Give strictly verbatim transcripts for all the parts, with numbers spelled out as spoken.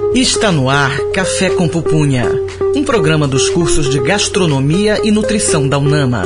Está no ar Café com Pupunha, um programa dos cursos de Gastronomia e Nutrição da UNAMA.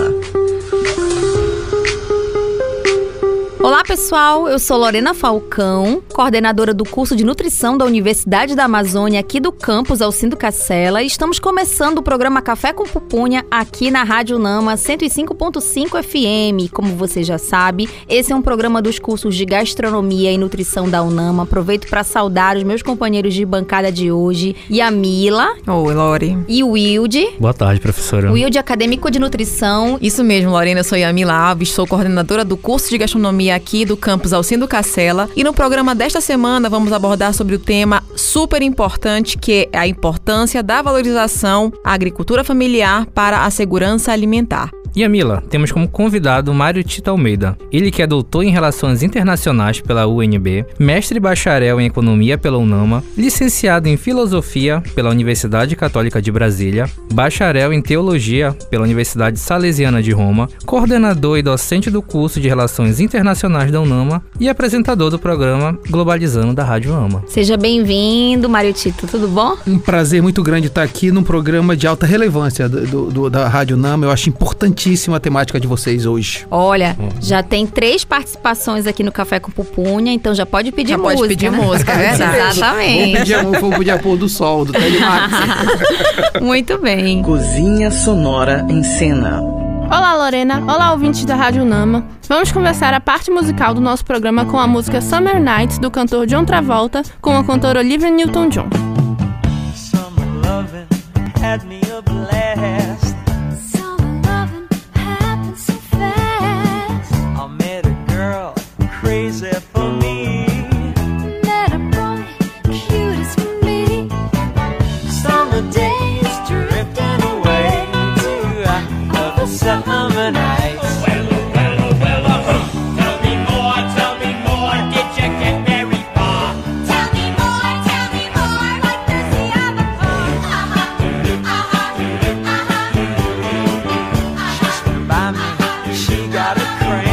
Olá pessoal, eu sou Lorena Falcão, coordenadora do curso de Nutrição da Universidade da Amazônia aqui do campus Alcindo Cacela, e estamos começando o programa Café com Pupunha aqui na Rádio UNAMA cento e cinco ponto cinco F M. Como você já sabe, esse é um programa dos cursos de Gastronomia e Nutrição da UNAMA. Aproveito para saudar os meus companheiros de bancada de hoje, Yamila. Oi, Lori. E o Wilde. Boa tarde, professora. O Wilde, acadêmico de nutrição. Isso mesmo, Lorena, eu sou Yamila Alves, sou coordenadora do curso de Gastronomia aqui do campus Alcindo Cacela, e no programa desta semana vamos abordar sobre o tema super importante, que é a importância da valorização à agricultura familiar para a segurança alimentar. Yamila, temos como convidado Mário Tito Almeida. Ele que é doutor em Relações Internacionais pela U N B, mestre e bacharel em Economia pela UNAMA, licenciado em Filosofia pela Universidade Católica de Brasília, bacharel em Teologia pela Universidade Salesiana de Roma, coordenador e docente do curso de Relações Internacionais da UNAMA e apresentador do programa Globalizando da Rádio UNAMA. Seja bem-vindo, Mário Tito, tudo bom? Um prazer muito grande estar aqui num programa de alta relevância do, do, da Rádio UNAMA. Eu acho importante a temática de vocês hoje. Olha, uhum. já tem três participações aqui no Café com Pupunha, então já pode pedir já música. Pode pedir né? música, é verdade. Exatamente. Vamos pedir a pôr do sol, do Telemax. Muito bem. Cozinha Sonora em Cena. Olá, Lorena. Olá, ouvintes da Rádio UNAMA. Vamos conversar a parte musical do nosso programa com a música Summer Nights, do cantor John Travolta, com a cantora Olivia Newton-John. Summer loving had me a blast. Crazy for me. Met a boy, cute as can be. Summer days drifting away to uh, the summer nights. Well, well, well, uh, tell me more, tell me more. Did you get very far? Tell me more, tell me more. Like does he have a car? Uh-huh, uh-huh, uh-huh. She swam by me, she got a cramp.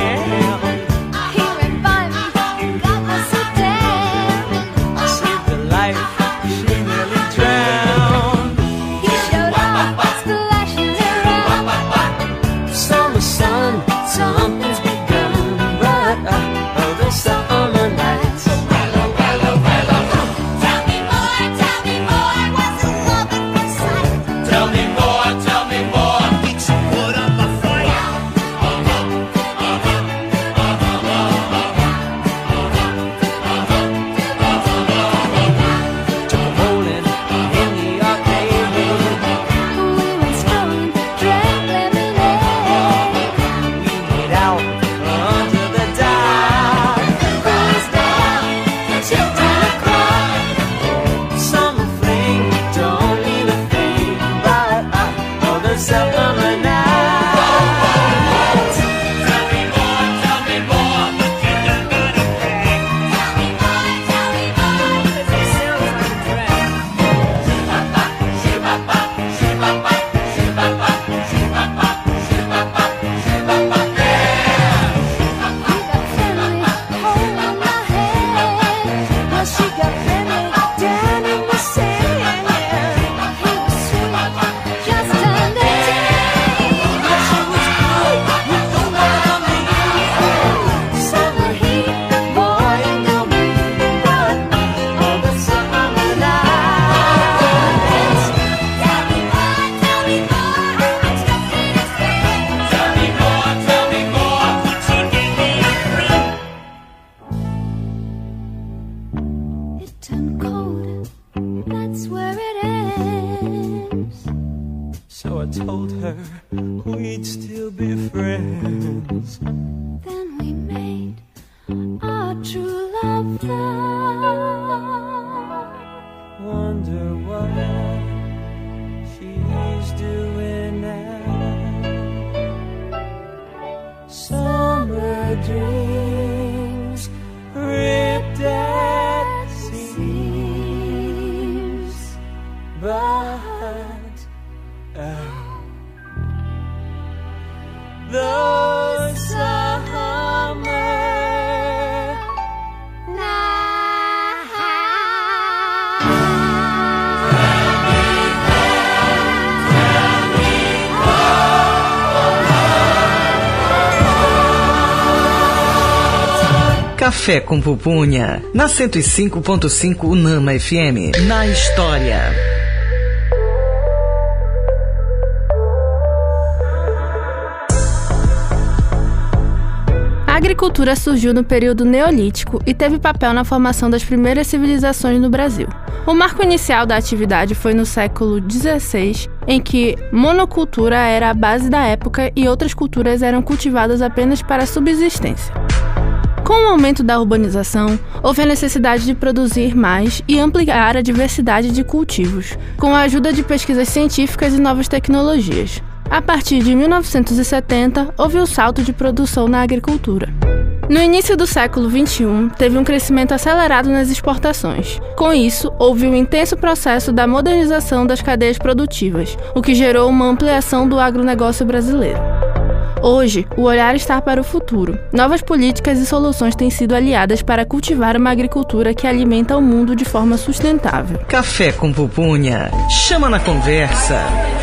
The summer night. Café com Pupunha, na cento e cinco ponto cinco Unama F M. Na história. A agricultura surgiu no período neolítico e teve papel na formação das primeiras civilizações no Brasil. O marco inicial da atividade foi no século dezesseis, em que monocultura era a base da época e outras culturas eram cultivadas apenas para subsistência. Com o aumento da urbanização, houve a necessidade de produzir mais e ampliar a diversidade de cultivos, com a ajuda de pesquisas científicas e novas tecnologias. A partir de mil novecentos e setenta, houve o salto de produção na agricultura. No início do século vinte e um, teve um crescimento acelerado nas exportações. Com isso, houve um intenso processo da modernização das cadeias produtivas, o que gerou uma ampliação do agronegócio brasileiro. Hoje, o olhar está para o futuro. Novas políticas e soluções têm sido aliadas para cultivar uma agricultura que alimenta o mundo de forma sustentável. Café com Pupunha. Chama na conversa.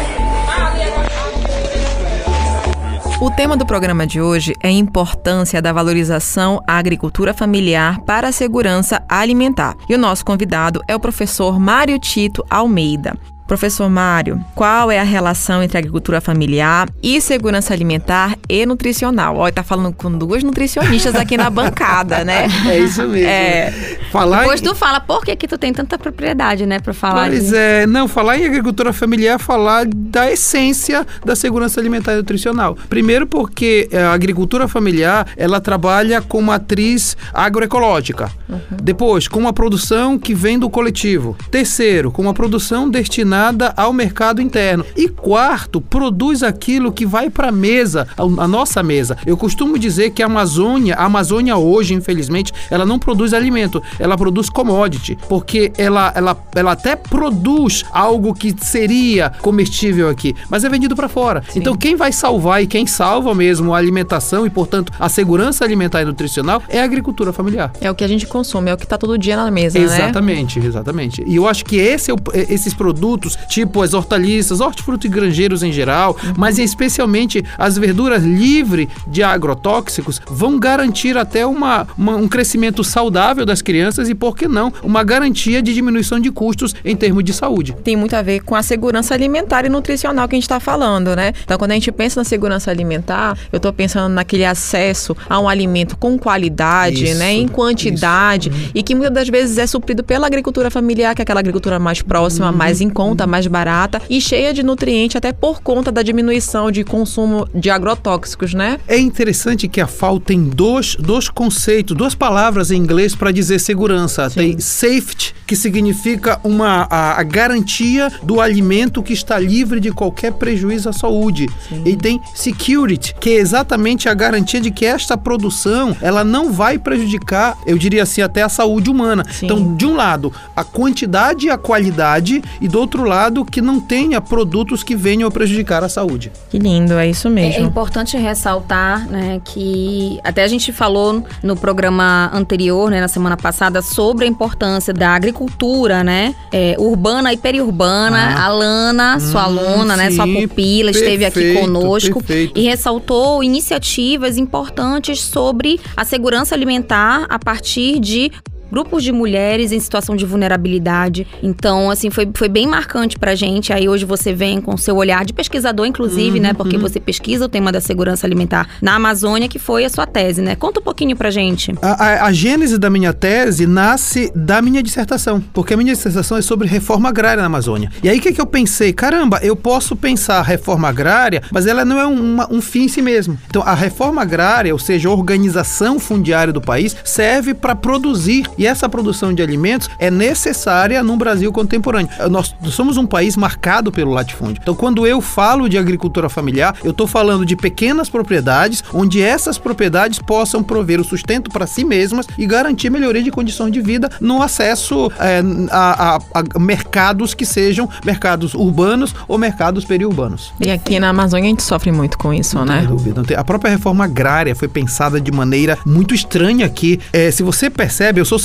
O tema do programa de hoje é a importância da valorização à agricultura familiar para a segurança alimentar. E o nosso convidado é o professor Mário Tito Almeida. Professor Mário, qual é a relação entre agricultura familiar e segurança alimentar e nutricional? Olha, tá falando com duas nutricionistas aqui na bancada, né? É isso mesmo. É. Falar Depois em... tu fala, por que que tu tem tanta propriedade, né, pra falar Pois de... é, não, falar em agricultura familiar é falar da essência da segurança alimentar e nutricional. Primeiro porque a agricultura familiar, ela trabalha com matriz agroecológica. Uhum. Depois, com uma produção que vem do coletivo. Terceiro, com uma produção destinada ao mercado interno. E quarto, produz aquilo que vai para a mesa, a nossa mesa. Eu costumo dizer que a Amazônia, a Amazônia hoje, infelizmente, ela não produz alimento, ela produz commodity, porque ela, ela, ela até produz algo que seria comestível aqui, mas é vendido para fora. Sim. Então quem vai salvar e quem salva mesmo a alimentação e, portanto, a segurança alimentar e nutricional é a agricultura familiar. É o que a gente consome, é o que está todo dia na mesa, exatamente, né? Exatamente, exatamente. E eu acho que esse é o, esses produtos, tipo as hortaliças, hortifruti e granjeiros em geral, uhum. mas especialmente as verduras livres de agrotóxicos, vão garantir até uma, uma, um crescimento saudável das crianças e, por que não, uma garantia de diminuição de custos em termos de saúde. Tem muito a ver com a segurança alimentar e nutricional que a gente está falando, né? Então, quando a gente pensa na segurança alimentar, eu estou pensando naquele acesso a um alimento com qualidade, isso, né? Em quantidade, isso. E que muitas das vezes é suprido pela agricultura familiar, que é aquela agricultura mais próxima, uhum. mais em conta, mais barata e cheia de nutrientes, até por conta da diminuição de consumo de agrotóxicos, né? É interessante que a F A O tem dois, dois conceitos, duas palavras em inglês para dizer segurança. Sim. Tem safety, que significa uma, a, a garantia do alimento que está livre de qualquer prejuízo à saúde. Sim. E tem security, que é exatamente a garantia de que esta produção, ela não vai prejudicar, eu diria assim, até a saúde humana. Sim. Então, de um lado, a quantidade e a qualidade, e do outro lado, que não tenha produtos que venham a prejudicar a saúde. Que lindo, é isso mesmo. É importante ressaltar, né, que até a gente falou no programa anterior, né, na semana passada, sobre a importância da agricultura, né, é, urbana e periurbana. Ah. A Lana, sua hum, aluna, sim, né, sua pupila, esteve aqui conosco perfeito. E ressaltou iniciativas importantes sobre a segurança alimentar a partir de grupos de mulheres em situação de vulnerabilidade. Então, assim, foi, foi bem marcante pra gente. Aí hoje você vem com seu olhar de pesquisador, inclusive, uhum, né? Porque uhum. você pesquisa o tema da segurança alimentar na Amazônia, que foi a sua tese, né? Conta um pouquinho pra gente. A, a, a gênese da minha tese nasce da minha dissertação, porque a minha dissertação é sobre reforma agrária na Amazônia. E aí, o que, que eu pensei? Caramba, eu posso pensar reforma agrária, mas ela não é uma, um fim em si mesmo. Então, a reforma agrária, ou seja, a organização fundiária do país, serve para produzir. E essa produção de alimentos é necessária no Brasil contemporâneo. Nós somos um país marcado pelo latifúndio. Então, quando eu falo de agricultura familiar, eu estou falando de pequenas propriedades, onde essas propriedades possam prover o sustento para si mesmas e garantir melhoria de condições de vida no acesso é, a, a, a mercados que sejam mercados urbanos ou mercados periurbanos. E aqui na Amazônia a gente sofre muito com isso, não né? Não tem dúvida. Não tem. A própria reforma agrária foi pensada de maneira muito estranha aqui. É, se você percebe, eu sou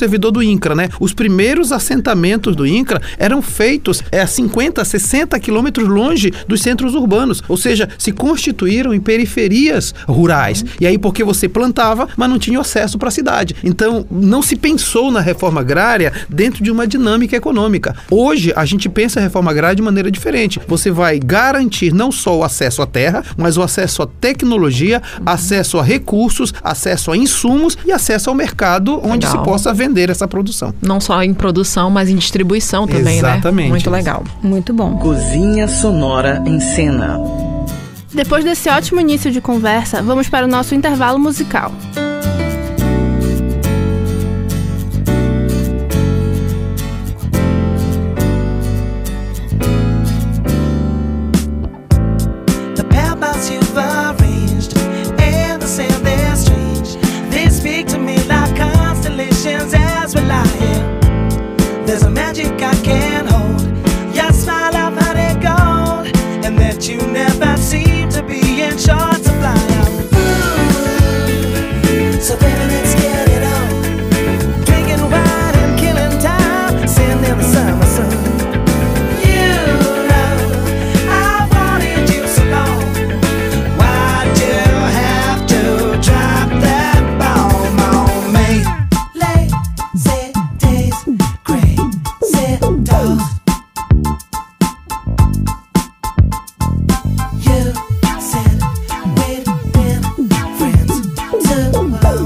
servidor do INCRA, né? Os primeiros assentamentos do INCRA eram feitos é, a cinquenta, sessenta quilômetros longe dos centros urbanos, ou seja, se constituíram em periferias rurais. E aí porque você plantava, mas não tinha acesso para a cidade. Então, não se pensou na reforma agrária dentro de uma dinâmica econômica. Hoje, a gente pensa a reforma agrária de maneira diferente. Você vai garantir não só o acesso à terra, mas o acesso à tecnologia, acesso a recursos, acesso a insumos e acesso ao mercado onde Legal. se possa vender essa produção. Não só em produção, mas em distribuição também, Exatamente. né? Muito legal. Muito bom. Cozinha Sonora em Cena. Depois desse ótimo início de conversa, vamos para o nosso intervalo musical. The paths you've arranged and the sand they're strange. They speak to me like constellations as we lie here. There's a magic I can't hold. Your smile, I've had it gold, and that you never seem to be in short supply. Ooh, so baby, let's get it on. Drinking wine and killing time, sitting in the summer sun. You know I've wanted you so long. Why'd you have to drop that bomb on me? Lazy days, crazy dogs. You said we'd been friends too long.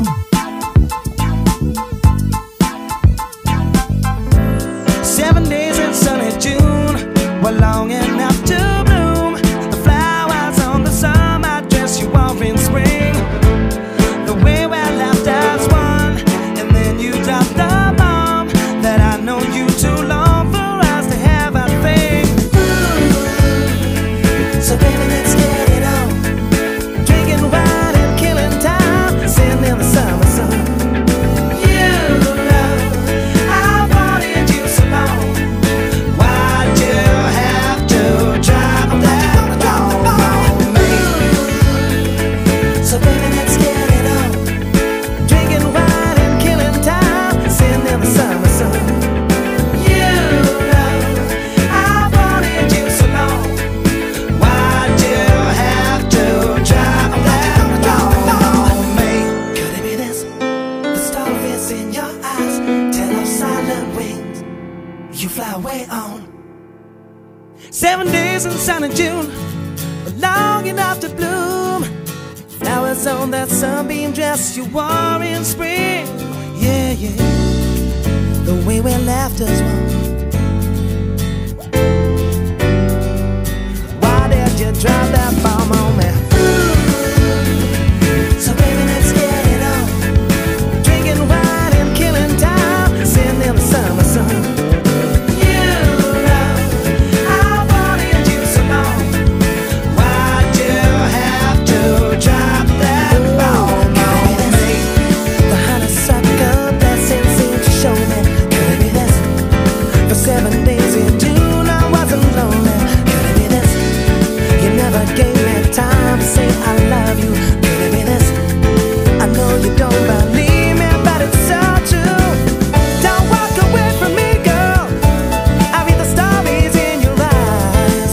Seven days in sunny June were long enough to bloom. The flowers on the summer dress you wore in spring. The way we left as one, and then you dropped the bomb that I know you too long for us to have a thing. Ooh, so baby, let's get it on. Drinking wine and killing time, sitting in the summer sun. You know I wanted you so long. Why'd you have to drop that bomb on me? So baby, let's get it on. Drinking wine and killing time, sitting in the summer sun. You know I wanted you so long. Why'd you have to drop that bomb on me? Could it be this? The starfish in your eyes tell of silent wings. You fly away on. Seven days in sunny June, long enough to bloom. Flowers on that sunbeam dress you wore in spring. Yeah, yeah. The way we left us one. Why did you drop that bomb on me? Ooh. So baby, let's get it on. Drinking wine and killing time, sitting in the summer sun. You know I wanted you so long. Why'd you have to drop that bomb on me? The honeysuckle blessing seemed to show me. Could it be this? For seven days in June I wasn't lonely. Could it be this? You never gave me time to say I love you. Could it be this? I know you don't believe me, but it's so true. Don't walk away from me, girl. I read the stories in your eyes.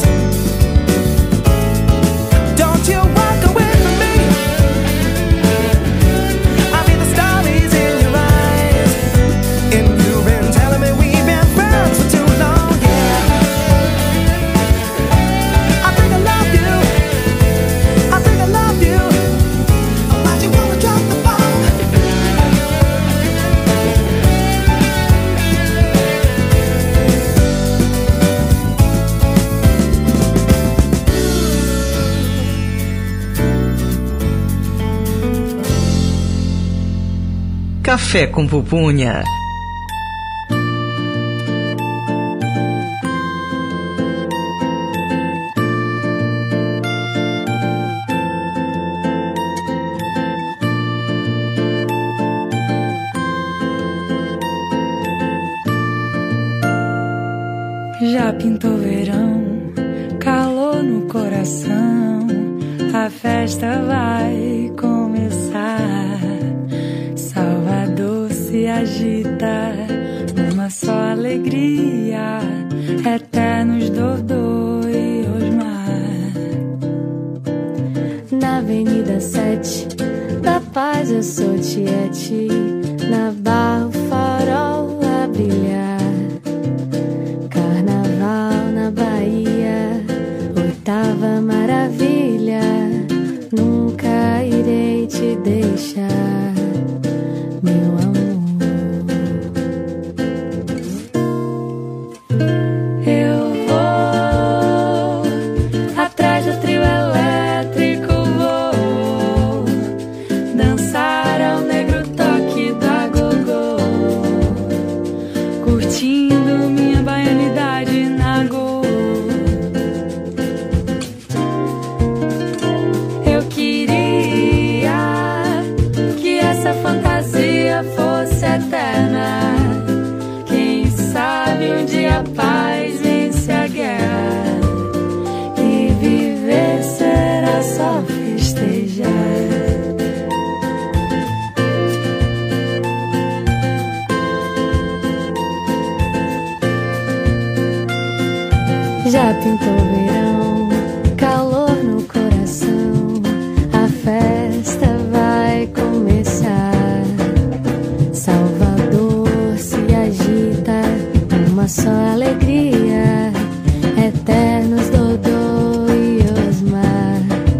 Don't you walk away from me. I read the stories in your eyes. And you've been telling me we've been friends for too long, yeah. I think I love you. I think I love you. Why'd you wanna drop the bomb? Café com pupunha. Já pintou verão, calor no coração, a festa vai começar. Salvador se se agita numa só alegria, eternos Dodô e Osmar. Na Avenida sete da Paz eu sou Tiete, na Barra o farol a brilhar. Carnaval na Bahia, oitava maravilha, nunca irei te deixar, meu amor. Eu vou atrás do trio elétrico, vou dançar ao negro toque do agogô, curtindo minha baianidade na go. Eu queria que essa fantasia fosse eterna. Quem sabe um dia a paz vence a guerra, e viver será só festejar. Já pintou o verão, calor no coração, a festa vai começar. Salvador se agita, uma só alegria, eternos Dodô e Osmar.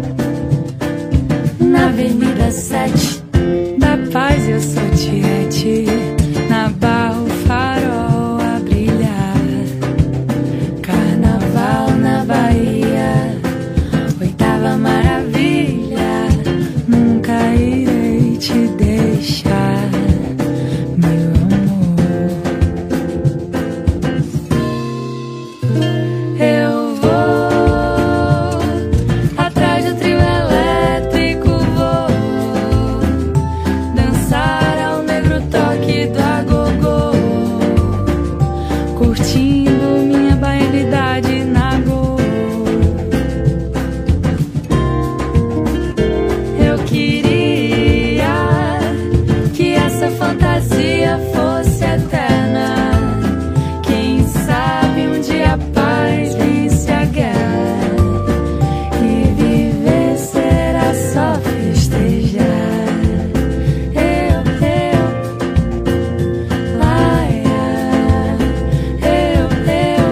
Na Avenida sete Da Paz eu sou Tiete, na Barra o farol a brilhar. Carnaval na Bahia, oitava maravilha, Nunca irei te deixar, meu amor. eu vou atrás do trio elétrico, vou dançar ao negro toque do agogô, Curtindo minha baianidade na go. eu queria que essa fantasia fosse eterna. Quem sabe um dia a paz vence a guerra, e viver será só festejar. Eu, eu, laia, eu, eu,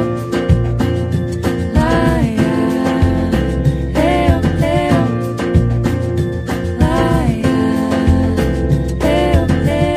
laia, eu, eu, laia, eu, eu,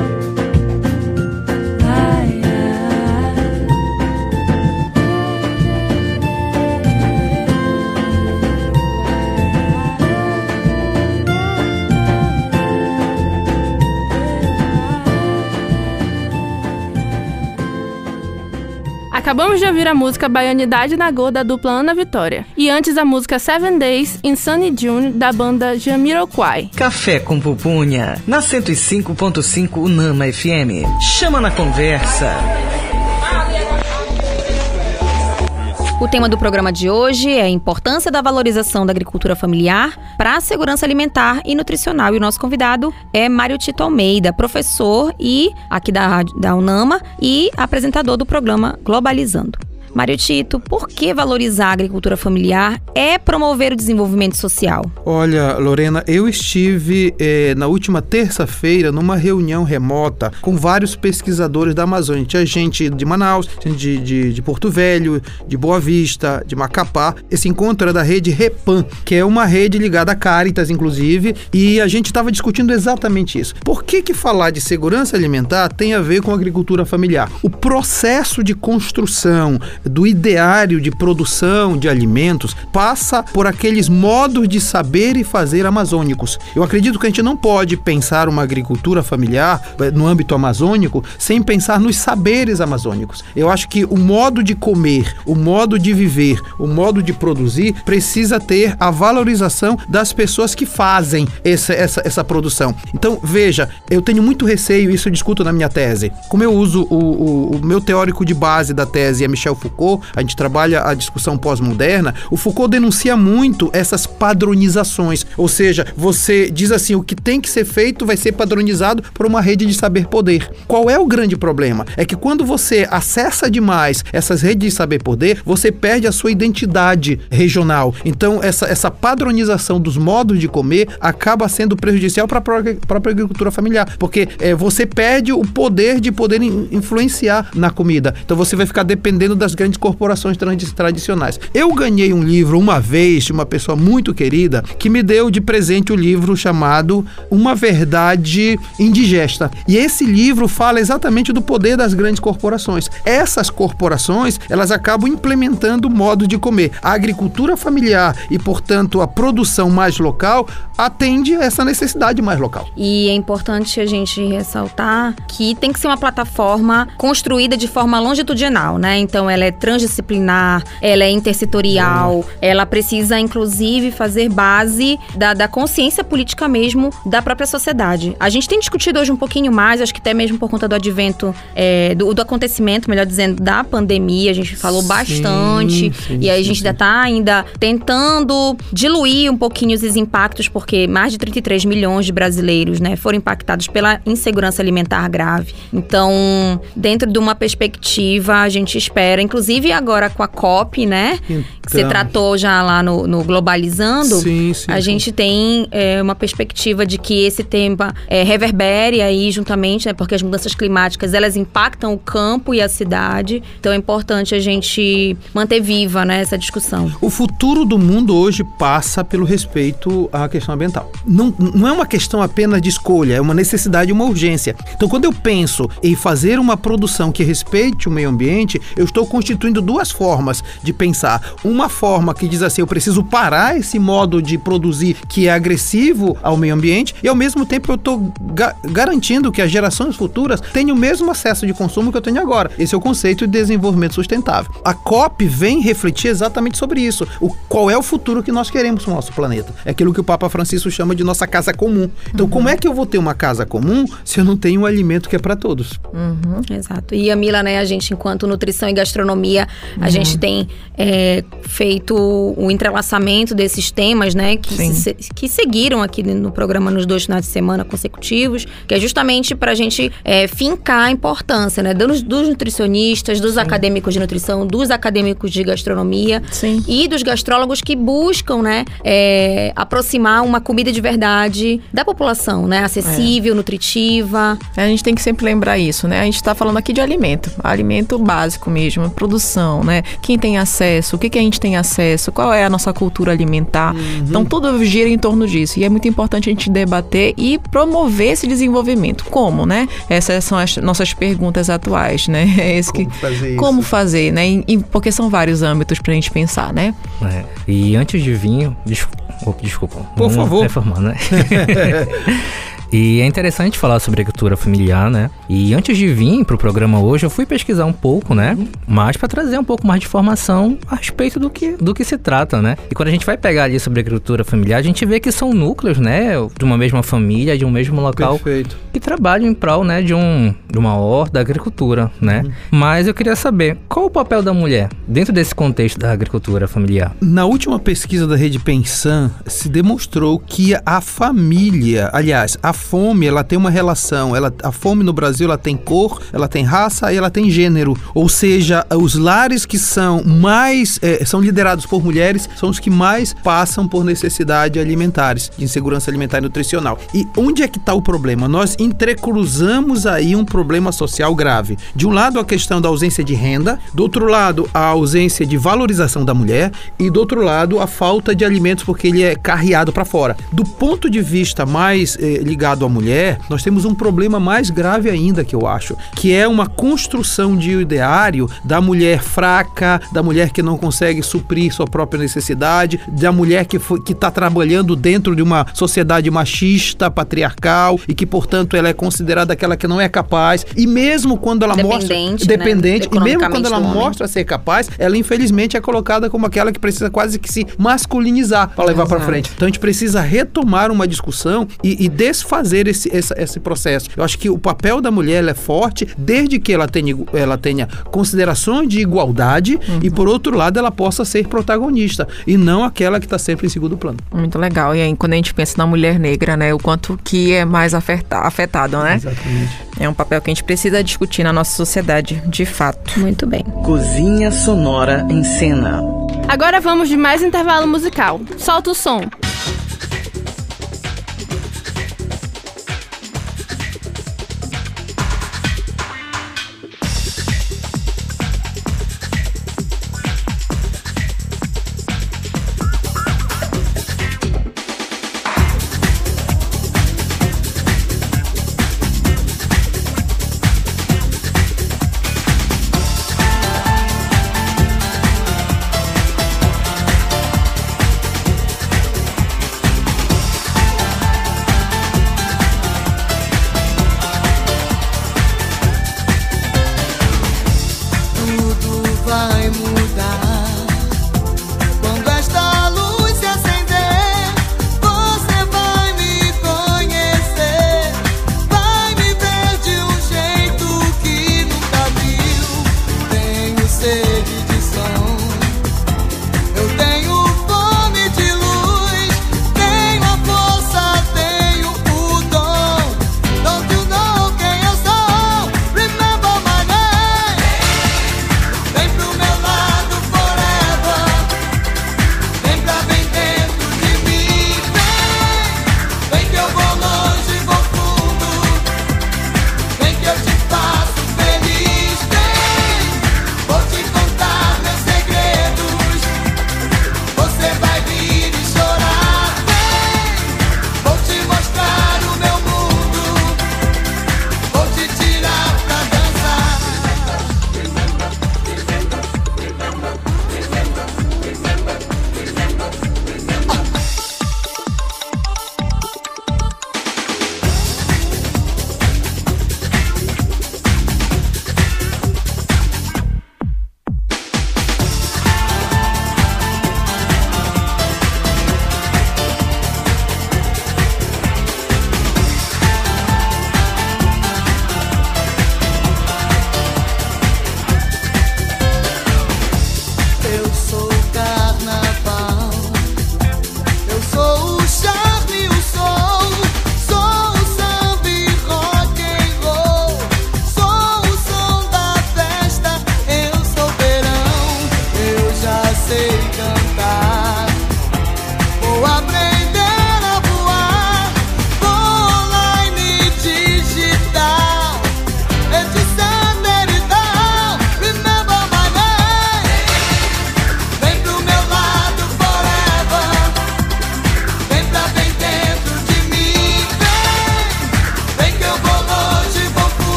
Acabamos de ouvir a música Baianidade na Go, da dupla Ana Vitória. E antes a música Seven Days in Sunny June, da banda Jamiroquai. Café com Pupunha, na cento e cinco ponto cinco Unama F M. Chama na conversa. O tema do programa de hoje é a importância da valorização da agricultura familiar para a segurança alimentar e nutricional. E o nosso convidado é Mário Tito Almeida, professor e aqui da, da Unama e apresentador do programa Globalizando. Mário Tito, por que valorizar a agricultura familiar é promover o desenvolvimento social? Olha, Lorena, eu estive eh, na última terça-feira numa reunião remota com vários pesquisadores da Amazônia. Tinha gente de Manaus, gente de, de, de Porto Velho, de Boa Vista, de Macapá. Esse encontro era da rede Repam, que é uma rede ligada à Caritas, inclusive, e a gente estava discutindo exatamente isso. Por que que falar de segurança alimentar tem a ver com agricultura familiar? O processo de construção do ideário de produção de alimentos passa por aqueles modos de saber e fazer amazônicos. Eu acredito que a gente não pode pensar uma agricultura familiar no âmbito amazônico sem pensar nos saberes amazônicos. Eu acho que o modo de comer, o modo de viver, o modo de produzir precisa ter a valorização das pessoas que fazem essa, essa, essa produção. Então, veja, eu tenho muito receio, isso eu discuto na minha tese. Como eu uso o, o, o meu teórico de base da tese é Michel Foucault, Foucault, a gente trabalha a discussão pós-moderna, o Foucault denuncia muito essas padronizações, ou seja, você diz assim, o que tem que ser feito vai ser padronizado por uma rede de saber-poder. Qual é o grande problema? É que quando você acessa demais essas redes de saber-poder, você perde a sua identidade regional. Então, essa, essa padronização dos modos de comer acaba sendo prejudicial para a própria, própria agricultura familiar, porque é, você perde o poder de poder in, influenciar na comida. Então, você vai ficar dependendo das grandes corporações tradi- tradicionais. Eu ganhei um livro uma vez de uma pessoa muito querida que me deu de presente o livro chamado Uma Verdade Indigesta. E esse livro fala exatamente do poder das grandes corporações. Essas corporações, elas acabam implementando o modo de comer. A agricultura familiar e, portanto, a produção mais local atende a essa necessidade mais local. E é importante a gente ressaltar que tem que ser uma plataforma construída de forma longitudinal, né? Então, ela é transdisciplinar, ela é intersetorial, é. ela precisa, inclusive, fazer base da, da consciência política mesmo da própria sociedade. A gente tem discutido hoje um pouquinho mais, acho que até mesmo por conta do advento, é, do, do acontecimento, melhor dizendo, da pandemia, a gente falou sim, bastante, sim, e aí a gente sim, ainda está ainda tentando diluir um pouquinho esses impactos, porque mais de trinta e três milhões de brasileiros, né, foram impactados pela insegurança alimentar grave. Então, dentro de uma perspectiva, a gente espera, inclusive agora com a COP, né, então, que você tratou já lá no, no Globalizando, sim, sim, a sim. gente tem é, uma perspectiva de que esse tema é, reverbere aí juntamente, né, porque as mudanças climáticas, elas impactam o campo e a cidade, então é importante a gente manter viva, né, essa discussão. O futuro do mundo hoje passa pelo respeito à questão ambiental. Não, não é uma questão apenas de escolha, é uma necessidade e uma urgência. Então, quando eu penso em fazer uma produção que respeite o meio ambiente, eu estou constituindo duas formas de pensar. Uma forma que diz assim, eu preciso parar esse modo de produzir que é agressivo ao meio ambiente e, ao mesmo tempo, eu estou ga- garantindo que as gerações futuras tenham o mesmo acesso de consumo que eu tenho agora. Esse é o conceito de desenvolvimento sustentável. A COP vem refletir exatamente sobre isso. O, qual é o futuro que nós queremos para o nosso planeta? É aquilo que o Papa Francisco chama de nossa casa comum. Então, uhum. como é que eu vou ter uma casa comum se eu não tenho um alimento que é para todos? Uhum. Exato. E a Mila, né, a gente, enquanto nutrição e gastronomia, a uhum. gente tem é, feito o entrelaçamento desses temas, né, que, se, que seguiram aqui no programa nos dois finais de semana consecutivos, que é justamente para a gente é, fincar a importância, né, dos, dos nutricionistas, dos Sim. acadêmicos de nutrição, dos acadêmicos de gastronomia Sim. e dos gastrólogos que buscam, né, é, aproximar uma comida de verdade da população, né, acessível, é. nutritiva. A gente tem que sempre lembrar isso, né, a gente está falando aqui de alimento, alimento básico mesmo, produção, né, quem tem acesso, o que, que a gente tem acesso, qual é a nossa cultura alimentar, uhum. então tudo gira em torno disso, e é muito importante a gente debater e promover esse desenvolvimento. Como, né? Essas são as nossas perguntas atuais, né? É esse como que, fazer isso? Como fazer, né? E, e, porque são vários âmbitos pra gente pensar, né? É. E antes de vir, desculpa, desculpa por favor, reformar, né? E é interessante falar sobre agricultura familiar, né? E antes de vir pro programa hoje, eu fui pesquisar um pouco, né? Uhum. Mas para trazer um pouco mais de informação a respeito do que, do que se trata, né? E quando a gente vai pegar ali sobre agricultura familiar, a gente vê que são núcleos, né? De uma mesma família, de um mesmo local. Perfeito. Que trabalham em prol, né? De, um, de uma horta, da agricultura, né? Uhum. Mas eu queria saber, qual o papel da mulher dentro desse contexto da agricultura familiar? Na última pesquisa da Rede Pensan, se demonstrou que a família, aliás, a fome, ela tem uma relação, ela, a fome no Brasil, ela tem cor, ela tem raça e ela tem gênero, ou seja, os lares que são mais, é, são liderados por mulheres, são os que mais passam por necessidades alimentares, de insegurança alimentar e nutricional. E onde é que está o problema? Nós entrecruzamos aí um problema social grave. De um lado, a questão da ausência de renda, do outro lado, a ausência de valorização da mulher e do outro lado, a falta de alimentos porque ele é carreado para fora. Do ponto de vista mais eh, ligado à mulher, nós temos um problema mais grave ainda, que eu acho, que é uma construção de ideário da mulher fraca, da mulher que não consegue suprir sua própria necessidade, da mulher que está trabalhando dentro de uma sociedade machista, patriarcal, e que, portanto, ela é considerada aquela que não é capaz, e mesmo quando ela dependente, mostra... Dependente, né? E mesmo quando ela mostra ser capaz, ela, infelizmente, é colocada como aquela que precisa quase que se masculinizar para levar para frente. Então, a gente precisa retomar uma discussão e, e desfazer fazer esse, esse, esse processo. Eu acho que o papel da mulher ela é forte desde que ela tenha, ela tenha considerações de igualdade uhum. e, por outro lado, ela possa ser protagonista e não aquela que está sempre em segundo plano. Muito legal. E aí, quando a gente pensa na mulher negra, né, o quanto que é mais afeta- afetado, né? Exatamente. É um papel que a gente precisa discutir na nossa sociedade, de fato. Muito bem. Cozinha Sonora em Cena. Agora vamos de mais intervalo musical. Solta o som.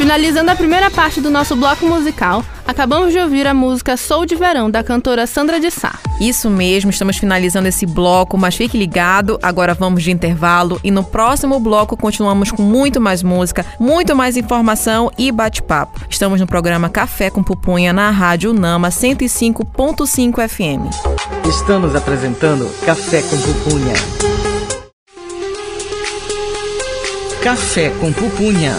Finalizando a primeira parte do nosso bloco musical, acabamos de ouvir a música Sou de Verão, da cantora Sandra de Sá. Isso mesmo, estamos finalizando esse bloco, mas fique ligado, agora vamos de intervalo e no próximo bloco continuamos com muito mais música, muito mais informação e bate-papo. Estamos no programa Café com Pupunha na Rádio Nama cento e cinco ponto cinco F M. Estamos apresentando Café com Pupunha. Café com Pupunha.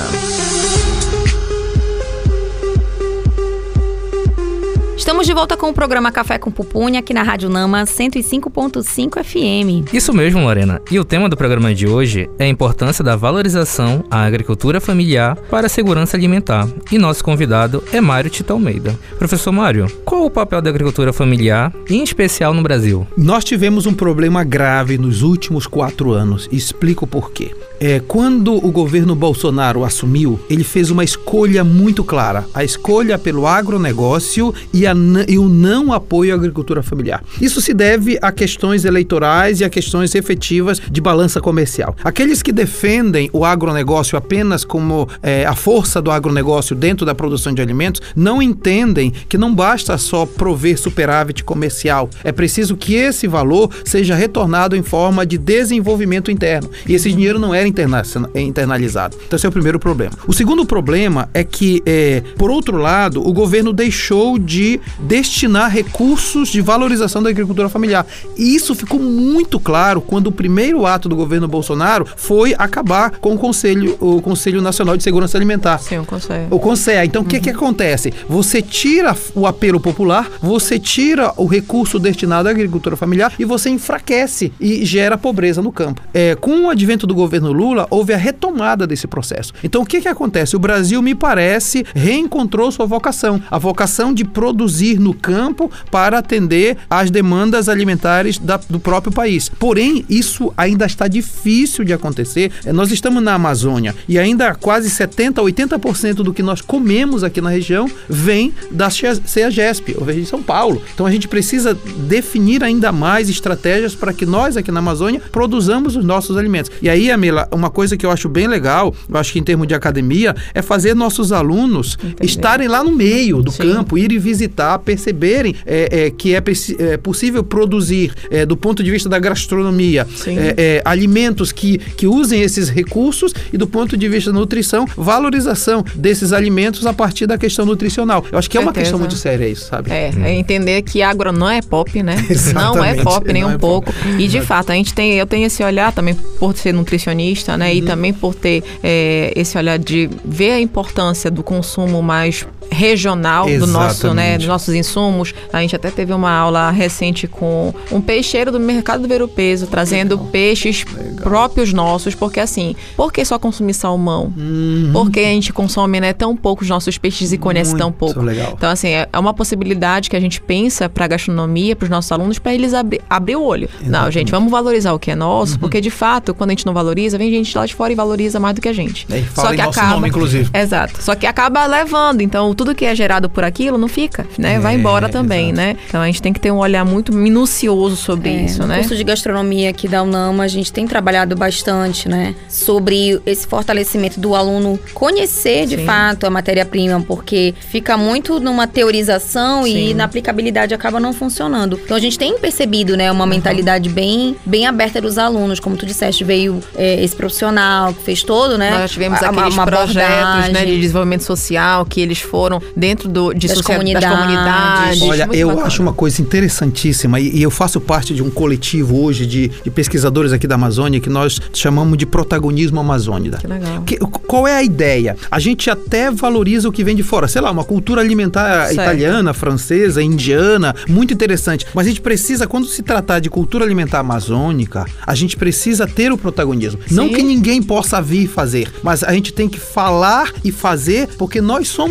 Estamos de volta com o programa Café com Pupunha aqui na Rádio Nama cento e cinco ponto cinco F M. Isso mesmo, Lorena. E o tema do programa de hoje é a importância da valorização à agricultura familiar para a segurança alimentar. E nosso convidado é Mário Tito Almeida. Professor Mário, qual o papel da agricultura familiar, em especial no Brasil? Nós tivemos um problema grave nos últimos quatro anos. Explico por quê. É, quando o governo Bolsonaro assumiu, ele fez uma escolha muito clara. A escolha pelo agronegócio e, a, e o não apoio à agricultura familiar. Isso se deve a questões eleitorais e a questões efetivas de balança comercial. Aqueles que defendem o agronegócio apenas como é, a força do agronegócio dentro da produção de alimentos, não entendem que não basta só prover superávit comercial. É preciso que esse valor seja retornado em forma de desenvolvimento interno. E esse dinheiro não era interna- internalizado. Então esse é o primeiro problema. O segundo problema é que, é, por outro lado, o governo deixou de destinar recursos de valorização da agricultura familiar. E isso ficou muito claro quando o primeiro ato do governo Bolsonaro foi acabar com o Conselho, o Conselho Nacional de Segurança Alimentar. Sim, o Conselho. O Conselho. Então, o uhum. que que acontece? Você tira o apelo popular, você tira o recurso destinado à agricultura familiar e você enfraquece e gera pobreza no campo. É, com o advento do governo Lula, houve a retomada desse processo. Então, o que que acontece? O Brasil, me parece, reencontrou sua vocação. A vocação de produzir no campo para atender às demandas alimentares da, do próprio país. Porém, isso ainda está difícil de acontecer. É, nós estamos na Amazônia e ainda quase setenta, oitenta por cento do que nós comemos aqui na região vem da CEAGESP, ou vem de São Paulo. Então, a gente precisa definir ainda mais estratégias para que nós aqui na Amazônia produzamos os nossos alimentos. E aí, Amila, uma coisa que eu acho bem legal, eu acho que em termos de academia, é fazer nossos alunos Entendi. estarem lá no meio do Sim. campo, irem visitar, perceberem é, é, que é, é possível produzir, é, do ponto de vista da gastronomia, é, é, alimentos que, que usem esses recursos e do ponto de vista da nutrição, valorização desses alimentos a partir da questão nutricional. Eu acho que é uma questão muito séria isso, sabe? É, hum. é entender que agro não é pop, né? Não é pop nem um é pouco. Pop. E de fato, a gente tem, eu tenho esse olhar também por ser nutricionista, né? Uhum. E também por ter é, esse olhar de ver a importância do consumo mais regional do nosso, né, dos nossos insumos. A gente até teve uma aula recente com um peixeiro do mercado do Ver o Peso, trazendo Legal. peixes Legal. próprios nossos, porque assim, por que só consumir salmão? Uhum. Porque a gente consome, né, tão pouco os nossos peixes e conhece Muito tão pouco. Legal. Então assim, é uma possibilidade que a gente pensa para a gastronomia, para os nossos alunos, para eles abrir, abrir o olho. Exatamente. Não, gente, vamos valorizar o que é nosso, uhum. porque de fato, quando a gente não valoriza, vem gente lá de fora e valoriza mais do que a gente. É, e fala só que em acaba, nosso nome, inclusive. Exato. Só que acaba levando, então tudo que é gerado por aquilo não fica, né? É, vai embora também, exato. né? Então a gente tem que ter um olhar muito minucioso sobre é, isso, no né? No curso de gastronomia aqui da UNAMA, a gente tem trabalhado bastante, né? Sobre esse fortalecimento do aluno conhecer de Sim. fato a matéria-prima, porque fica muito numa teorização Sim. e na aplicabilidade acaba não funcionando. Então a gente tem percebido, né? Uma uhum. mentalidade bem, bem aberta dos alunos, como tu disseste, veio é, esse profissional que fez todo, né? Nós tivemos a, aqueles uma projetos, né, de desenvolvimento social que eles foram dentro do, de das, social, comunidades. das comunidades. Olha, eu bacana. acho uma coisa interessantíssima e, e eu faço parte de um coletivo hoje de, de pesquisadores aqui da Amazônia que nós chamamos de protagonismo amazônica. Que legal. Que, qual é a ideia? A gente até valoriza o que vem de fora, sei lá, uma cultura alimentar certo. italiana, francesa, indiana, muito interessante. Mas a gente precisa, quando se tratar de cultura alimentar amazônica, a gente precisa ter o protagonismo. Sim. Não que ninguém possa vir fazer, mas a gente tem que falar e fazer porque nós somos os protagonistas.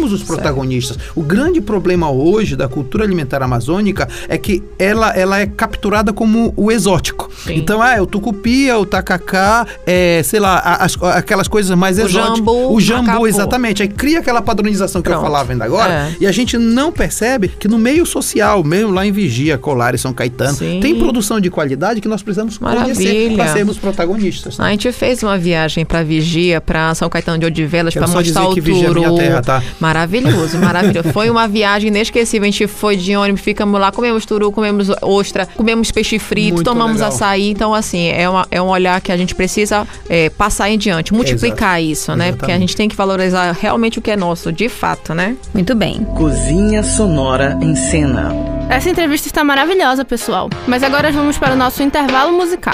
protagonistas. O grande problema hoje da cultura alimentar amazônica é que ela, ela é capturada como o exótico. Sim. Então, ah, é o tucupi, é o tacacá, é, sei lá, as, aquelas coisas mais O exóticas. jambu, o jambu, acabou. exatamente. Aí cria aquela padronização que Pronto. eu falava ainda agora, É. e a gente não percebe que no meio social, mesmo lá em Vigia, Colares, São Caetano, Sim. tem produção de qualidade que nós precisamos conhecer Maravilha. para sermos protagonistas. A gente fez uma viagem pra Vigia, pra São Caetano de Odivelas, Quero pra só mostrar dizer o que Vigia é minha turu. terra, tá? Maravilhoso, maravilhoso. Foi uma viagem inesquecível. A gente foi de ônibus, ficamos lá, comemos turu, comemos ostra, comemos peixe frito, Muito tomamos legal. açaí. Então, assim, é, uma, é um olhar que a gente precisa é, passar em diante, multiplicar isso, né? Exatamente. Porque a gente tem que valorizar realmente o que é nosso, de fato, né? Muito bem. Cozinha Sonora em Cena. Essa entrevista está maravilhosa, pessoal. Mas agora vamos para o nosso intervalo musical.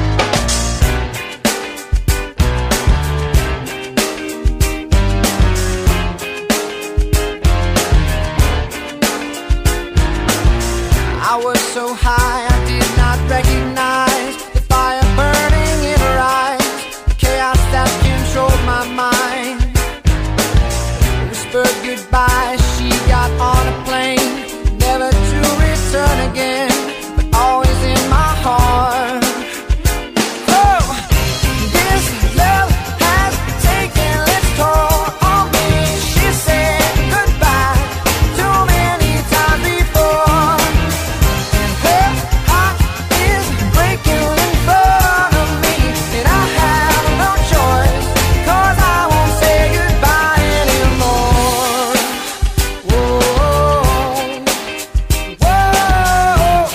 I was so high I did not recognize the fire burning in her eyes, the chaos that controlled my mind. Whispered goodbye, she got on a plane, never to return again, but always in my heart. Oh, this love has taken its toll on me. She said goodbye too many times before. Her heart is breaking in front of me, and I have no choice, 'cause I won't say goodbye anymore. Whoa, whoa,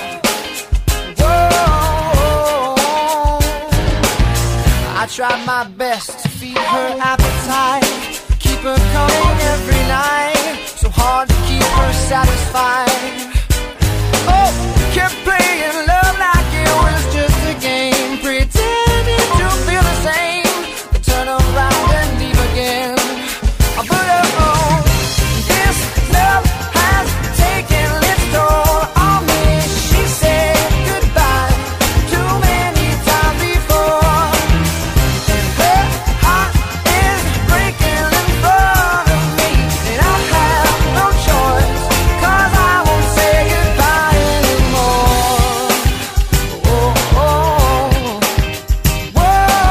whoa. I tried my best to feed her appetite, keep her coming every night, so hard to keep her satisfied. Oh, kept playing love like it was just a game, pretending to feel the same, then turn around and leave again. But oh, this love has taken its toll on me. She said goodbye too many times before, and her heart is breaking in front of me, and I have no choice, 'cause I won't say goodbye anymore. Oh, oh, whoa,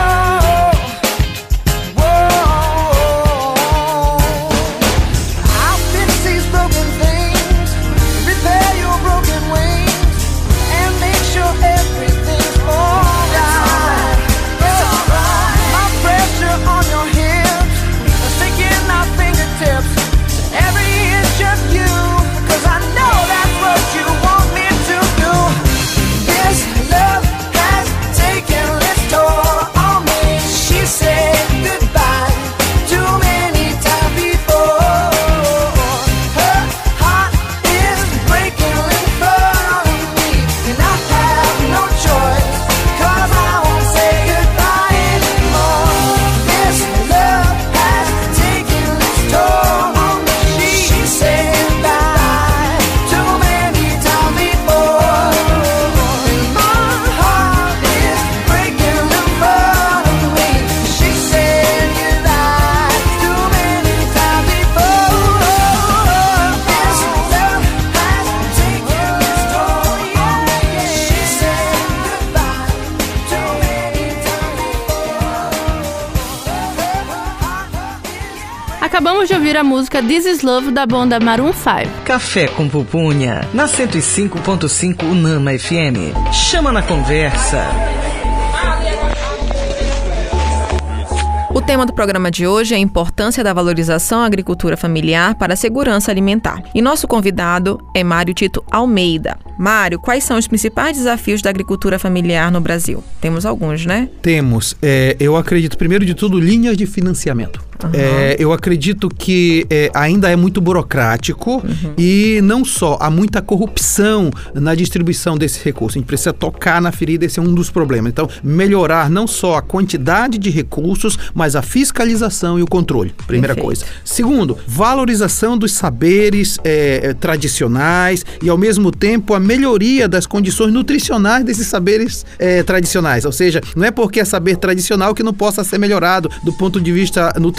whoa. I'll fix these broken things, repair your broken wings, and make sure everything's alright. It's alright. My pressure on your hips, sinking my fingertips to every inch of you, 'cause I know that's what you want me to do. This love has taken its toll on me. She said goodbye too many times before. Her heart is breaking in front of me, and I have no choice, 'cause I won't say goodbye anymore. This love has taken its toll on me. She said goodbye too many times before, and my heart is breaking in front of me. She said goodbye too many times before. This love has taken its toll on me. She said goodbye too many times before. Acabamos de ouvir a música This Is Love da banda Maroon five. Café com Pupunha, na cento e cinco ponto cinco Unama F M. Chama na conversa. O tema do programa de hoje é a importância da valorização à agricultura familiar para a segurança alimentar. E nosso convidado é Mário Tito Almeida. Mário, quais são os principais desafios da agricultura familiar no Brasil? Temos alguns, né? Temos, é, eu acredito, primeiro de tudo, linhas de financiamento. Uhum. É, eu acredito que é, ainda é muito burocrático Uhum. e não só, há muita corrupção na distribuição desse recurso. A gente precisa tocar na ferida, esse é um dos problemas. Então, melhorar não só a quantidade de recursos, mas a fiscalização e o controle, primeira Perfeito. coisa. Segundo, valorização dos saberes é, tradicionais e, ao mesmo tempo, a melhoria das condições nutricionais desses saberes é, tradicionais. Ou seja, não é porque é saber tradicional que não possa ser melhorado do ponto de vista nutricional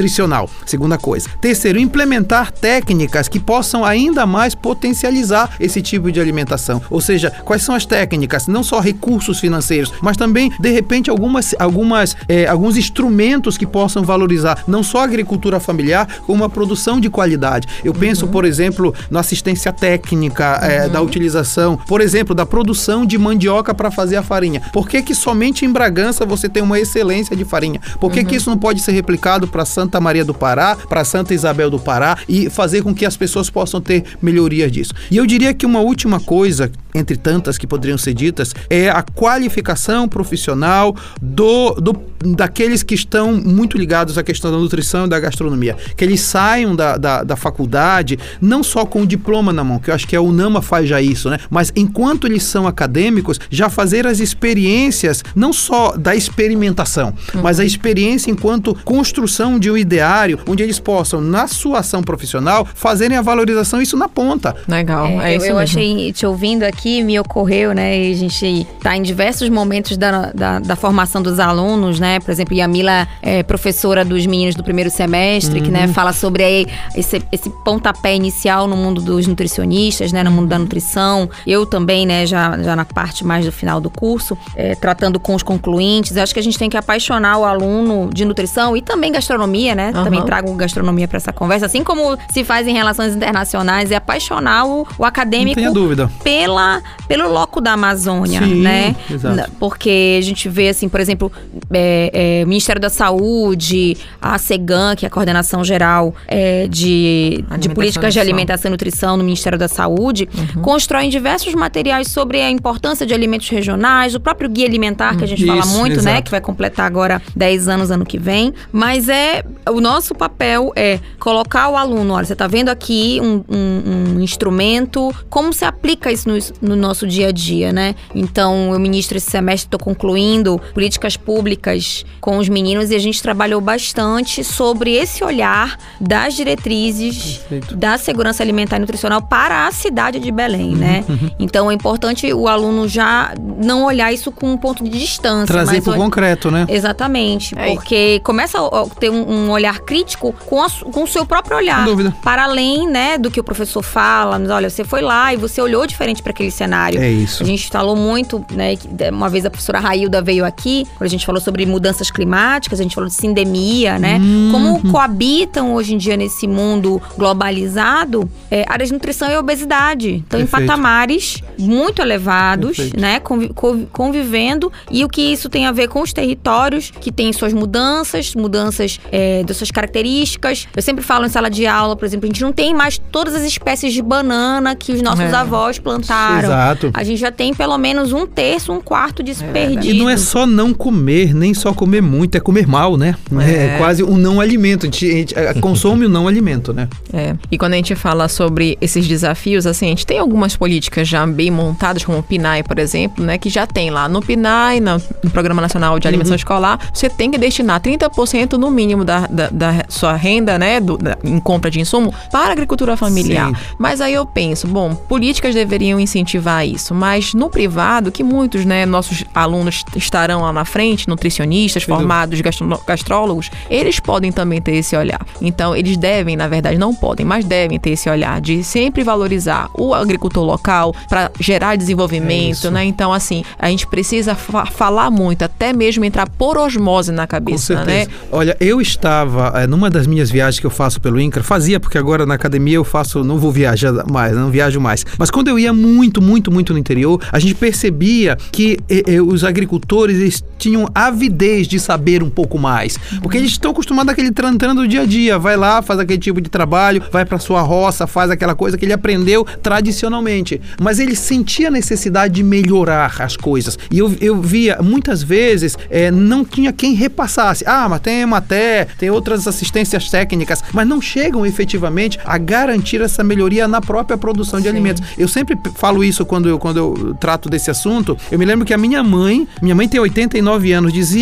nutricional, segunda coisa. Terceiro, implementar técnicas que possam ainda mais potencializar esse tipo de alimentação. Ou seja, quais são as técnicas? Não só recursos financeiros, mas também, de repente, algumas, algumas, é, alguns instrumentos que possam valorizar não só a agricultura familiar, como a produção de qualidade. Eu penso, por exemplo, na assistência técnica é, da utilização, por exemplo, da produção de mandioca para fazer a farinha. Por que que somente em Bragança você tem uma excelência de farinha? Por que que isso não pode ser replicado para Santa Maria do Pará, para Santa Isabel do Pará e fazer com que as pessoas possam ter melhorias disso? E eu diria que uma última coisa, entre tantas que poderiam ser ditas, é a qualificação profissional do, do, daqueles que estão muito ligados à questão da nutrição e da gastronomia. Que eles saiam da, da, da faculdade, não só com o diploma na mão, que eu acho que a UNAMA faz já isso, né? Mas enquanto eles são acadêmicos, já fazer as experiências, não só da experimentação, uhum. mas a experiência enquanto construção de um ideário, onde eles possam, na sua ação profissional, fazerem a valorização, isso na ponta. Legal, é, é isso eu, eu mesmo. achei, te ouvindo aqui, me ocorreu, né, e a gente tá em diversos momentos da, da, da formação dos alunos, né, por exemplo, Yamila é professora dos meninos do primeiro semestre, Uhum. que, né, fala sobre aí, esse, esse pontapé inicial no mundo dos nutricionistas, né, no mundo da nutrição. Eu também, né, já, já na parte mais do final do curso, é, tratando com os concluintes. Eu acho que a gente tem que apaixonar o aluno de nutrição e também gastronomia, né? Uhum. Também trago gastronomia para essa conversa, assim como se faz em relações internacionais, é apaixonar o, o acadêmico Não tenha dúvida. Pela, pelo loco da Amazônia, Sim, né? exato. Porque a gente vê, assim, por exemplo, é, é, o Ministério da Saúde, a SEGAN, que é a Coordenação Geral é, de, de Políticas de Alimentação e Nutrição no Ministério da Saúde, uhum. constroem diversos materiais sobre a importância de alimentos regionais, o próprio Guia Alimentar, que a gente Isso, fala muito, exato. né? Que vai completar agora dez anos ano que vem. Mas é o nosso papel é colocar o aluno, olha, você está vendo aqui um, um, um instrumento, como se aplica isso no, no nosso dia a dia, né? Então, eu ministro esse semestre, estou concluindo políticas públicas com os meninos e a gente trabalhou bastante sobre esse olhar das diretrizes Perfeito. da segurança alimentar e nutricional para a cidade de Belém, né? Uhum. Então, é importante o aluno já não olhar isso com um ponto de distância. Trazer mas para o olh- concreto, né? Exatamente, É. porque começa a ter um, um olhar crítico com, a su- com o seu próprio olhar. Sem dúvida. Para além, né, do que o professor fala. Mas olha, você foi lá e você olhou diferente para aquele cenário. É isso. A gente falou muito, né, que uma vez a professora Railda veio aqui, quando a gente falou sobre mudanças climáticas, a gente falou de sindemia, né? Uhum. Como coabitam hoje em dia nesse mundo globalizado é, áreas de nutrição e obesidade. Então, em Perfeito. patamares muito elevados, Perfeito. né, convi- convi- convivendo, e o que isso tem a ver com os territórios que têm suas mudanças, mudanças é, das suas características. Eu sempre falo em sala de aula, por exemplo, a gente não tem mais todas as espécies de banana que os nossos É. avós plantaram. Exato. A gente já tem pelo menos um terço, um quarto disso perdido. E não é só não comer, nem só comer muito, é comer mal, né? É, É. quase um não alimento. A gente, a gente eh, consome o não alimento, né? É. E quando a gente fala sobre esses desafios, assim, a gente tem algumas políticas já bem montadas, como o P N A E, por exemplo, né? Que já tem lá no P N A E, no, no Programa Nacional de Alimentação Escolar, você tem que destinar trinta por cento no mínimo da, da, da sua renda, né? Do, da, em compra de insumo para a agricultura familiar. Sim. Mas aí eu penso, bom, políticas deveriam incentivar isso, mas no privado, que muitos, né, nossos alunos estarão lá na frente, nutricionistas, Sem formados, gastro- gastrólogos, eles podem também ter esse olhar. Então, eles devem, na verdade, não podem, mas devem ter esse olhar de sempre valorizar o agricultor local para gerar É desenvolvimento, isso. né? Então, assim, a gente precisa fa- falar muito, até mesmo entrar por osmose na Com cabeça, certeza. né? Olha, eu estava, é, numa das minhas viagens que eu faço pelo INCRA, fazia porque agora na academia eu faço, não vou viajar mais, não viajo mais. Mas quando eu ia muito, muito, muito no interior, a gente percebia que e, e, os agricultores, eles tinham avidez de saber um pouco mais. Porque eles estão acostumados àquele trantran do dia a dia. Vai lá, faz aquele tipo de trabalho, vai para sua roça, faz aquela coisa que ele aprendeu tradicionalmente. Mas ele sentia a necessidade de melhorar as coisas. E eu, eu via, muitas vezes, é, não tinha quem repassasse. Ah, mas tem Ematé, tem outras assistências técnicas, mas não chegam efetivamente a garantir essa melhoria na própria produção de alimentos. Eu sempre p- falo isso quando eu, quando eu trato desse assunto. Eu me lembro que a minha mãe, minha mãe tem oitenta e nove anos, dizia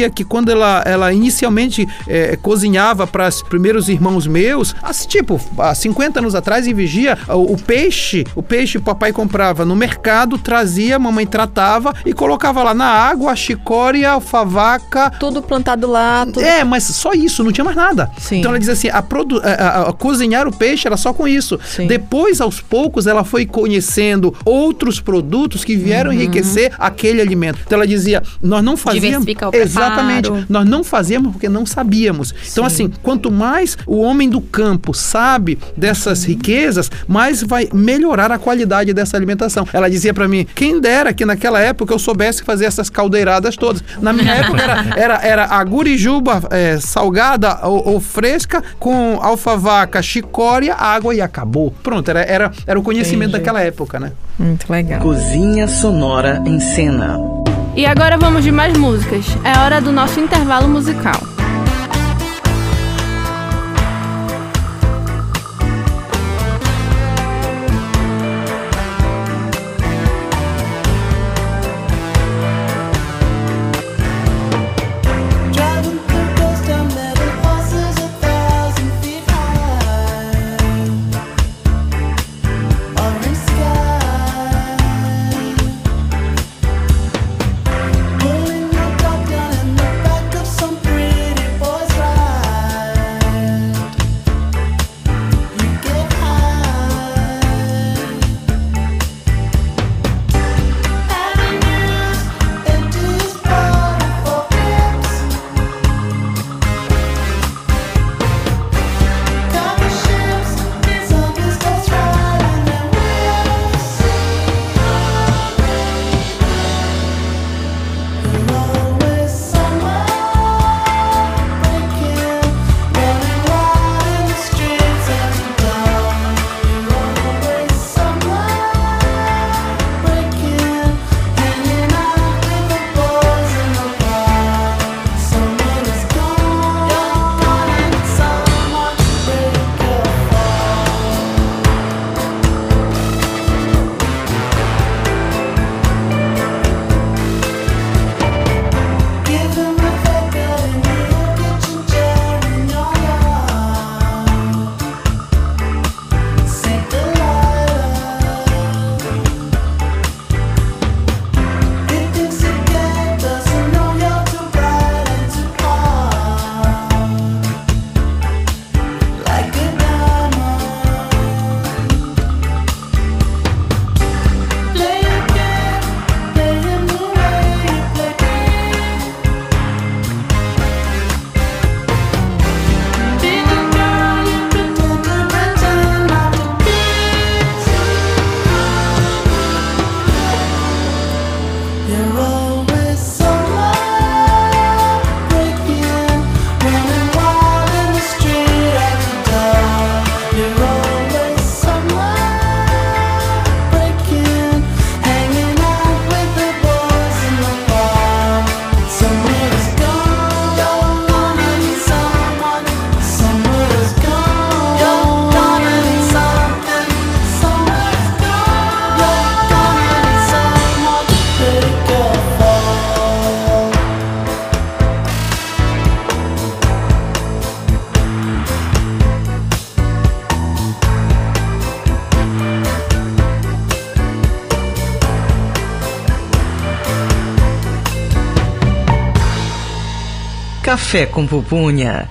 dizia que quando ela, ela inicialmente é, cozinhava para os primeiros irmãos meus, assim, tipo, há cinquenta anos atrás, em Vigia, o, o peixe, o peixe o papai comprava no mercado, trazia, a mamãe tratava e colocava lá na água, a chicória, a alfavaca. Tudo plantado lá. Tudo... É, mas só isso, não tinha mais nada. Sim. Então ela dizia assim, a, produ- a, a, a cozinhar o peixe era só com isso. Sim. Depois, aos poucos, ela foi conhecendo outros produtos que vieram Uhum. enriquecer aquele alimento. Então ela dizia, nós não fazíamos... Diversificar o preparo. Exatamente. Nós não fazíamos porque não sabíamos. Então assim, quanto mais o homem do campo sabe dessas riquezas, mais vai melhorar a qualidade dessa alimentação. Ela dizia pra mim, quem dera que naquela época eu soubesse fazer essas caldeiradas todas. Na minha época era, era, era a gurijuba é, salgada ou, ou fresca com alfavaca, chicória, água e acabou. Pronto, era, era, era o conhecimento Entendi. daquela época, né? Muito legal. Cozinha Sonora em Cena. E agora vamos de mais músicas. É hora do nosso intervalo musical. Driving through ghost town, metal horses a thousand feet high. Orange sky, pulling your dog down in the back of some pretty boy's ride. You get high. Avenues, empty body for pips. Cover ships, zombies ghost riding their wheels. You're always somewhere breaking, running wild in the streets after dawn. You're always somewhere breaking, hanging out with the boys in the bar. Someone is gone, you're gone, and someone to break your Give him a haircut and a kitchen chair in your yard. Set the light up. He thinks he can, doesn't know you're too bright and too hard. Like a diamond. Play a game, play him the way you play me. Be the girl you pretend to pretend not to be. You're always somewhere breaking, running wild in the street after dark. You're always somewhere breaking, hanging out with the boys in the bar. Someone is gone, you're gonna need someone. Someone is gone, you're gonna need something. Someone is gone, you're gonna need someone to break your fall. Café com pupunha.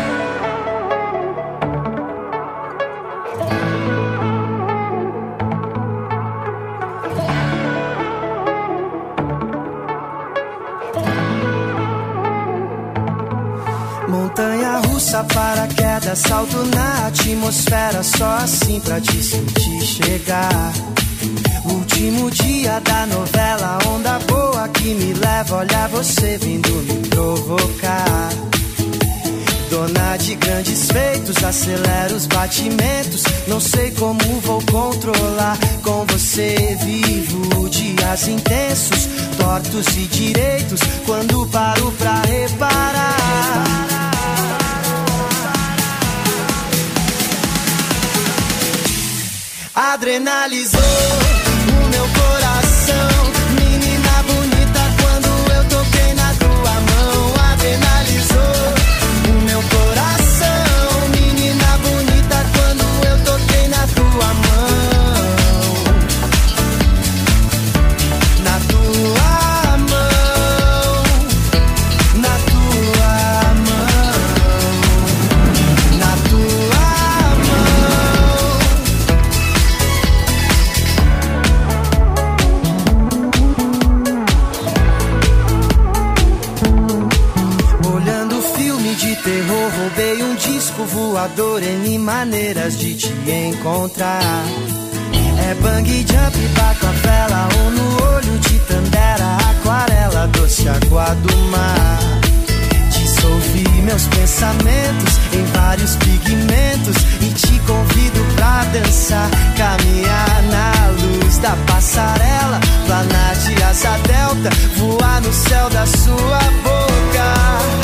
Montanha russa, paraquedas, salto na atmosfera, só assim pra te sentir chegar. Último dia da novela, onda boa que me leva, olha você vindo me provocar. Dona de grandes feitos, acelera os batimentos, não sei como vou controlar. Com você vivo dias intensos, tortos e direitos, quando paro pra reparar. Adrenalizou o meu coração, menina bonita, quando eu toquei na tua mão. dor, N maneiras de te encontrar. É bang jump, bato a vela, ou no olho de tandera, aquarela, doce água do mar. Dissolvi meus pensamentos em vários pigmentos e te convido pra dançar, caminhar na luz da passarela, planar de asa delta, voar no céu da sua boca.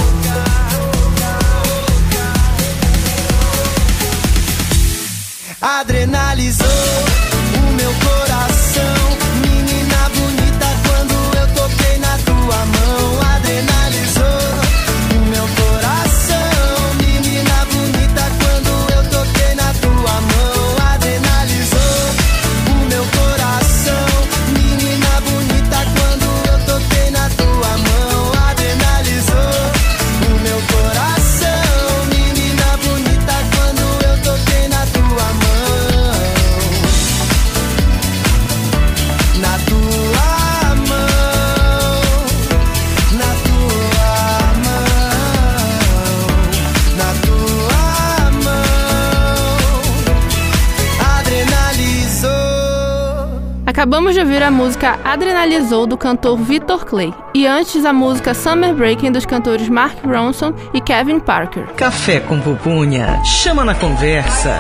Adrenalizou o meu coração, menina bonita, quando eu toquei na tua mão. Adrenalizou o meu coração, menina bonita, quando eu toquei na tua mão. Adrenalizou o meu coração, menina bonita, quando eu toquei na tua mão. Adrenalizou o meu coração, menina bonita, quando eu toquei na tua mão. Na tua mão, na tua mão, na tua mão, adrenalizou. Acabamos de ouvir a música Adrenalizou, do cantor Victor Clay. E antes, a música Summer Breaking, dos cantores Mark Ronson e Kevin Parker. Café com Pupunha, chama na conversa.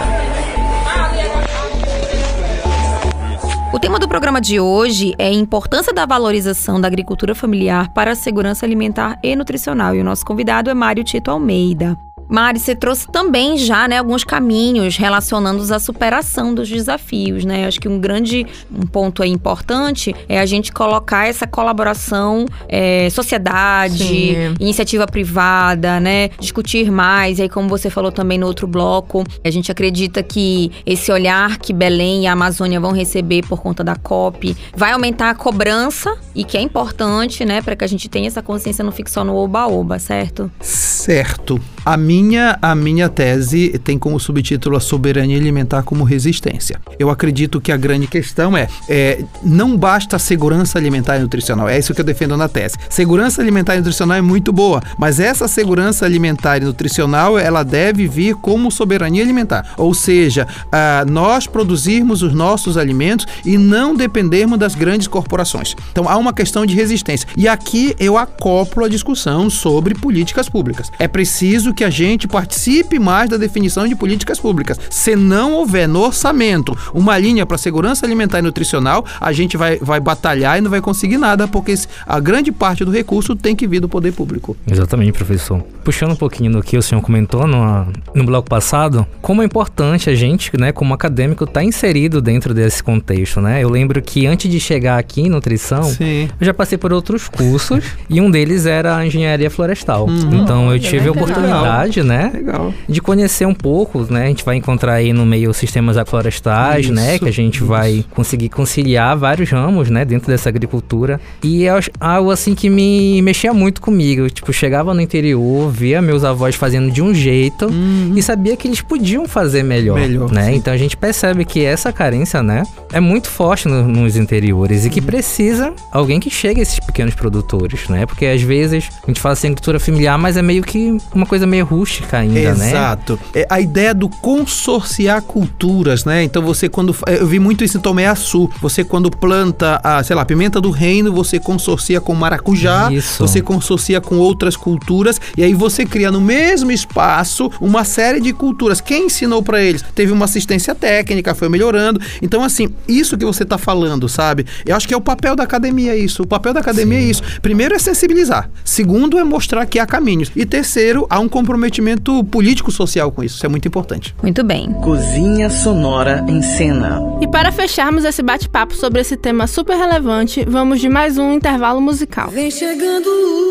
O tema do programa de hoje é a importância da valorização da agricultura familiar para a segurança alimentar e nutricional. E o nosso convidado é Mário Tito Almeida. Mari, você trouxe também já, né, alguns caminhos relacionando-os à superação dos desafios, né? Acho que um grande um ponto aí importante é a gente colocar essa colaboração, é, sociedade, Sim. iniciativa privada, né? Discutir mais. E aí, como você falou também no outro bloco, a gente acredita que esse olhar que Belém e a Amazônia vão receber por conta da COP vai aumentar a cobrança e que é importante, né, para que a gente tenha essa consciência, não fique só no oba-oba, certo? Certo. A minha, a minha tese tem como subtítulo a soberania alimentar como resistência. Eu acredito que a grande questão é, é não basta a segurança alimentar e nutricional. É isso que eu defendo na tese. Segurança alimentar e nutricional é muito boa, mas essa segurança alimentar e nutricional, ela deve vir como soberania alimentar. Ou seja, uh, nós produzirmos os nossos alimentos e não dependermos das grandes corporações. Então há uma questão de resistência. E aqui eu acoplo a discussão sobre políticas públicas. É preciso que a gente participe mais da definição de políticas públicas. Se não houver no orçamento uma linha para segurança alimentar e nutricional, a gente vai, vai batalhar e não vai conseguir nada, porque a grande parte do recurso tem que vir do poder público. Exatamente, professor. Puxando um pouquinho do que o senhor comentou no, no bloco passado, como é importante a gente, né, como acadêmico, estar tá inserido dentro desse contexto, né? Eu lembro que antes de chegar aqui em nutrição, Sim. eu já passei por outros cursos e um deles era a engenharia florestal. Uhum. Então eu tive a oportunidade, né, Legal. de conhecer um pouco, né? A gente vai encontrar aí no meio sistemas agroflorestais, Isso, né, que a gente isso. vai conseguir conciliar vários ramos, né, dentro dessa agricultura. E é algo assim que me mexia muito comigo. Eu, tipo, chegava no interior, via meus avós fazendo de um jeito Uhum. e sabia que eles podiam fazer melhor, Melhor, né? sim. Então a gente percebe que essa carência, né, é muito forte no- nos interiores e que precisa alguém que chegue a esses pequenos produtores, né? Porque às vezes a gente fala assim agricultura familiar, mas é meio que uma coisa meio rústica ainda, né? Exato. É a ideia do consorciar culturas, né? Então você quando... Eu vi muito isso em Tomé Açu. Você quando planta a, sei lá, pimenta do reino, você consorcia com maracujá, Isso. você consorcia com outras culturas e aí você cria no mesmo espaço uma série de culturas. Quem ensinou pra eles? Teve uma assistência técnica, foi melhorando. Então assim, isso que você tá falando, sabe? Eu acho que é o papel da academia isso. O papel da academia Sim. é isso. Primeiro é sensibilizar. Segundo é mostrar que há caminhos. E terceiro, há um comprometimento político-social com isso. Isso é muito importante. Muito bem. Cozinha Sonora em Cena. E para fecharmos esse bate-papo sobre esse tema super relevante, vamos de mais um intervalo musical. Vem chegando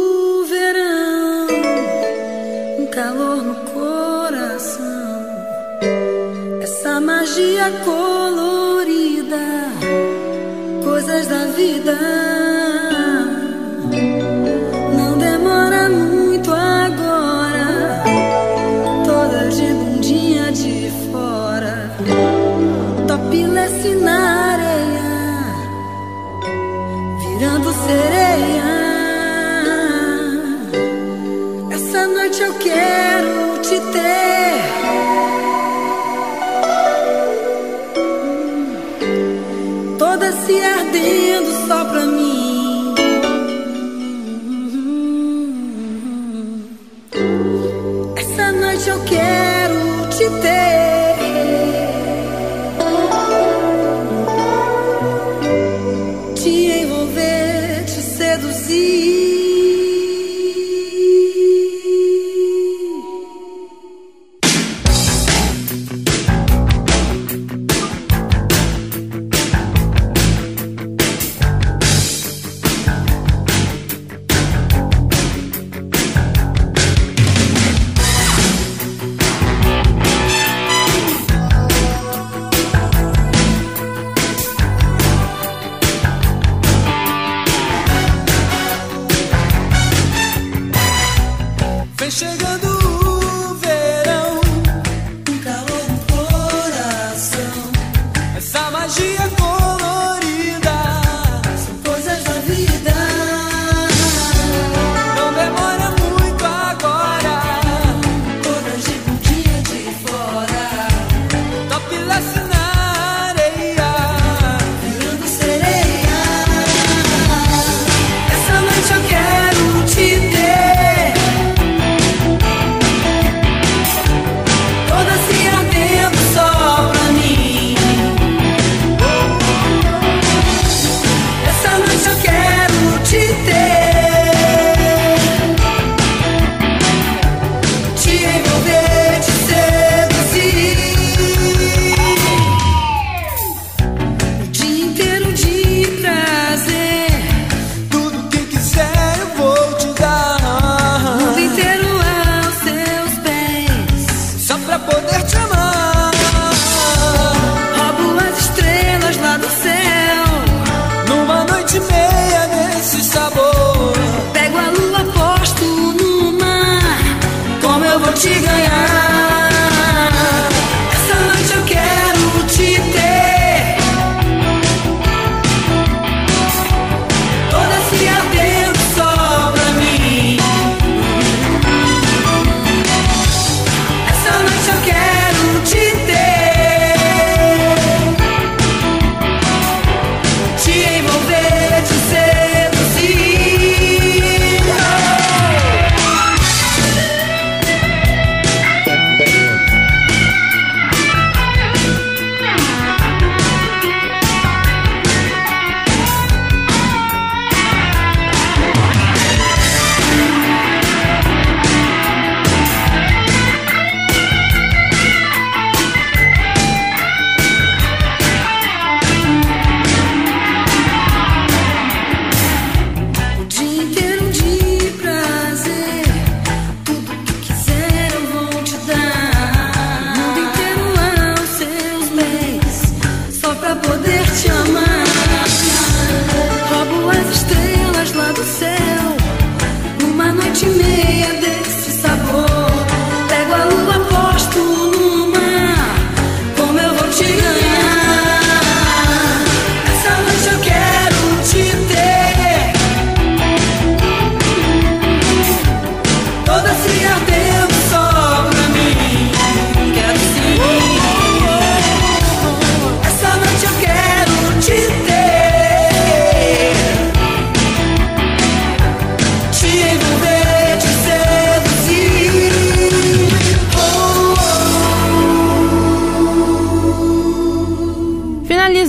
o verão, um calor no coração, essa magia colorida, coisas da vida. Não demora muito agora, toda de bundinha de fora, topless na areia, virando sereia. Essa noite eu quero te ter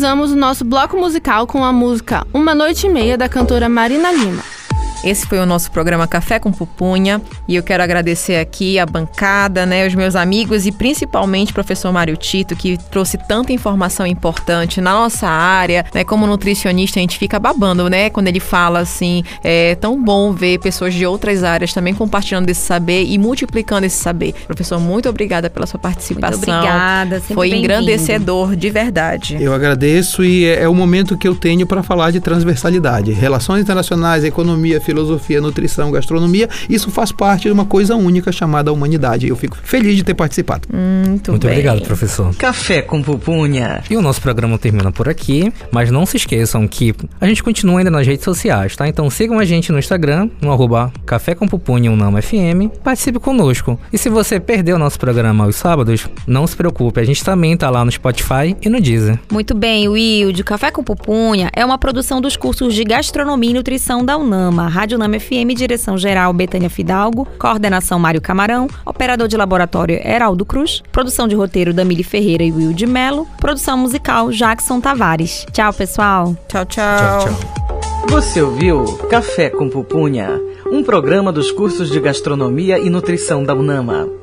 finalizamos o nosso bloco musical com a música Uma Noite e Meia, da cantora Marina Lima. Esse foi o nosso programa Café com Pupunha e eu quero agradecer aqui a bancada, né, os meus amigos e principalmente o professor Mário Tito, que trouxe tanta informação importante na nossa área, né, como nutricionista a gente fica babando, né, quando ele fala assim, é tão bom ver pessoas de outras áreas também compartilhando desse saber e multiplicando esse saber. Professor, muito obrigada pela sua participação. Muito obrigada, sempre Foi bem-vindo. engrandecedor, de verdade. Eu agradeço e é, é o momento que eu tenho para falar de transversalidade. Relações internacionais, economia, filosofia, nutrição, gastronomia, isso faz parte de uma coisa única chamada humanidade. Eu fico feliz de ter participado. Muito, Muito bem. obrigado, professor. Café com Pupunha. E o nosso programa termina por aqui, mas não se esqueçam que a gente continua ainda nas redes sociais, tá? Então sigam a gente no Instagram, no arroba Café com Pupunha Unama F M, participe conosco. E se você perdeu o nosso programa aos sábados, não se preocupe, a gente também tá lá no Spotify e no Deezer. Muito bem, Wilde. Café com Pupunha é uma produção dos cursos de Gastronomia e Nutrição da Unama, Rádio Unama F M, direção-geral Betânia Fidalgo, coordenação Mário Camarão, operador de laboratório Heraldo Cruz, produção de roteiro Damile Ferreira e Wilde Melo, produção musical Jackson Tavares. Tchau, pessoal. Tchau, Tchau, tchau. Você ouviu Café com Pupunha, um programa dos cursos de Gastronomia e Nutrição da Unama.